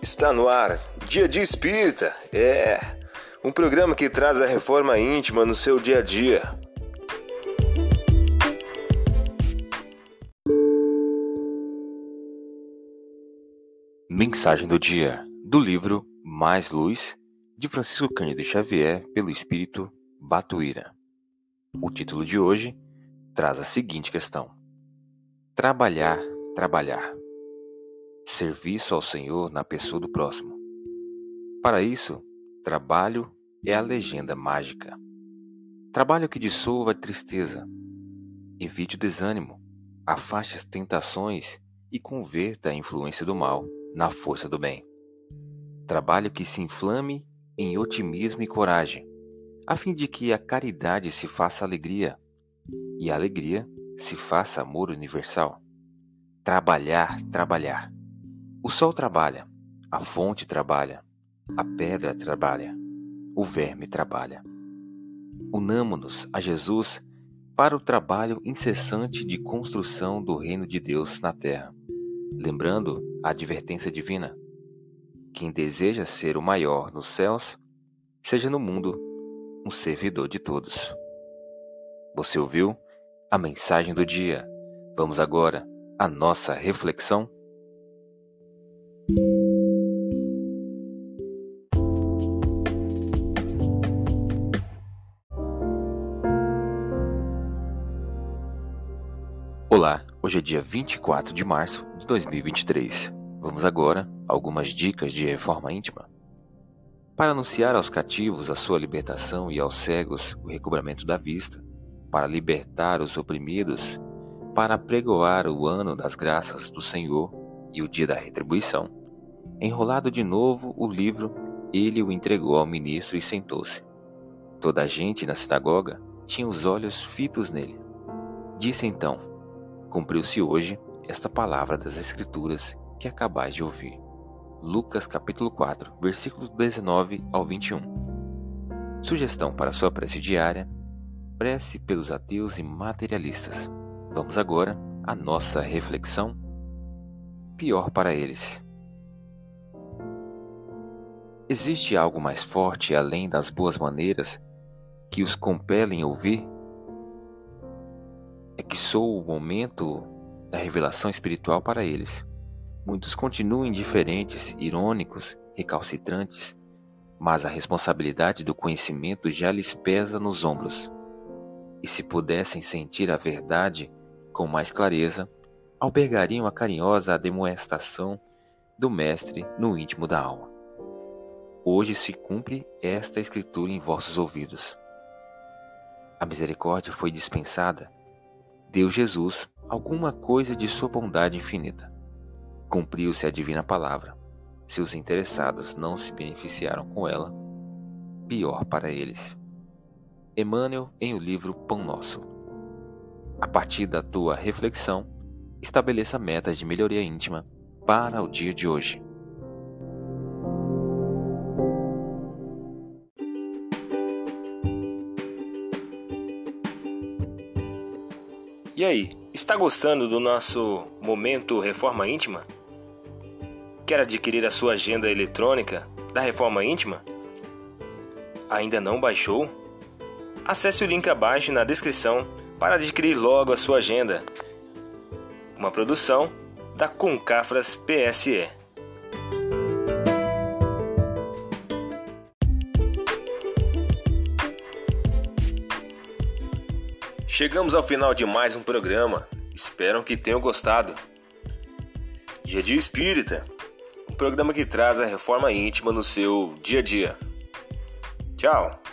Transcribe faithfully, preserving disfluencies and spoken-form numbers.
Está no ar, Dia de Espírita, é um programa que traz a reforma íntima no seu dia a dia. Mensagem do dia, do livro Mais Luz, de Francisco Cândido Xavier, pelo Espírito Batuíra. O título de hoje traz a seguinte questão: Trabalhar, trabalhar. Serviço ao Senhor na pessoa do próximo. Para isso, trabalho é a legenda mágica. Trabalho que dissolva a tristeza, evite o desânimo, afaste as tentações e converta a influência do mal na força do bem. Trabalho que se inflame em otimismo e coragem, a fim de que a caridade se faça alegria e a alegria se faça amor universal. Trabalhar, trabalhar. O sol trabalha, a fonte trabalha, a pedra trabalha, o verme trabalha. Unamo-nos a Jesus para o trabalho incessante de construção do reino de Deus na terra, lembrando a advertência divina: quem deseja ser o maior nos céus, seja no mundo um servidor de todos. Você ouviu a mensagem do dia? Vamos agora à nossa reflexão. Olá, hoje é dia vinte e quatro de março de dois mil e vinte e três. Vamos agora a algumas dicas de reforma íntima. Para anunciar aos cativos a sua libertação e aos cegos o recobramento da vista, para libertar os oprimidos, para pregoar o ano das graças do Senhor e o dia da retribuição, enrolado de novo o livro, ele o entregou ao ministro e sentou-se. Toda a gente na sinagoga tinha os olhos fitos nele. Disse então: cumpriu-se hoje esta palavra das Escrituras que acabais de ouvir. Lucas capítulo quatro, versículos dezenove ao vinte e um. Sugestão para sua prece diária: prece pelos ateus e materialistas. Vamos agora à nossa reflexão. Pior para eles. Existe algo mais forte além das boas maneiras que os compelem a ouvir? É que sou o momento da revelação espiritual para eles. Muitos continuam indiferentes, irônicos, recalcitrantes, mas a responsabilidade do conhecimento já lhes pesa nos ombros. E se pudessem sentir a verdade com mais clareza, albergariam a carinhosa admoestação do Mestre no íntimo da alma. Hoje se cumpre esta escritura em vossos ouvidos. A misericórdia foi dispensada. Deu Jesus alguma coisa de sua bondade infinita. Cumpriu-se a divina palavra. Se os interessados não se beneficiaram com ela, pior para eles. Emmanuel, em o livro Pão Nosso. A partir da tua reflexão, estabeleça metas de melhoria íntima para o dia de hoje. E aí, está gostando do nosso momento Reforma Íntima? Quer adquirir a sua agenda eletrônica da Reforma Íntima? Ainda não baixou? Acesse o link abaixo na descrição para adquirir logo a sua agenda. Uma produção da Concafras P S E. Chegamos ao final de mais um programa. Espero que tenham gostado. Dia de Espírita, um programa que traz a reforma íntima no seu dia a dia. Tchau!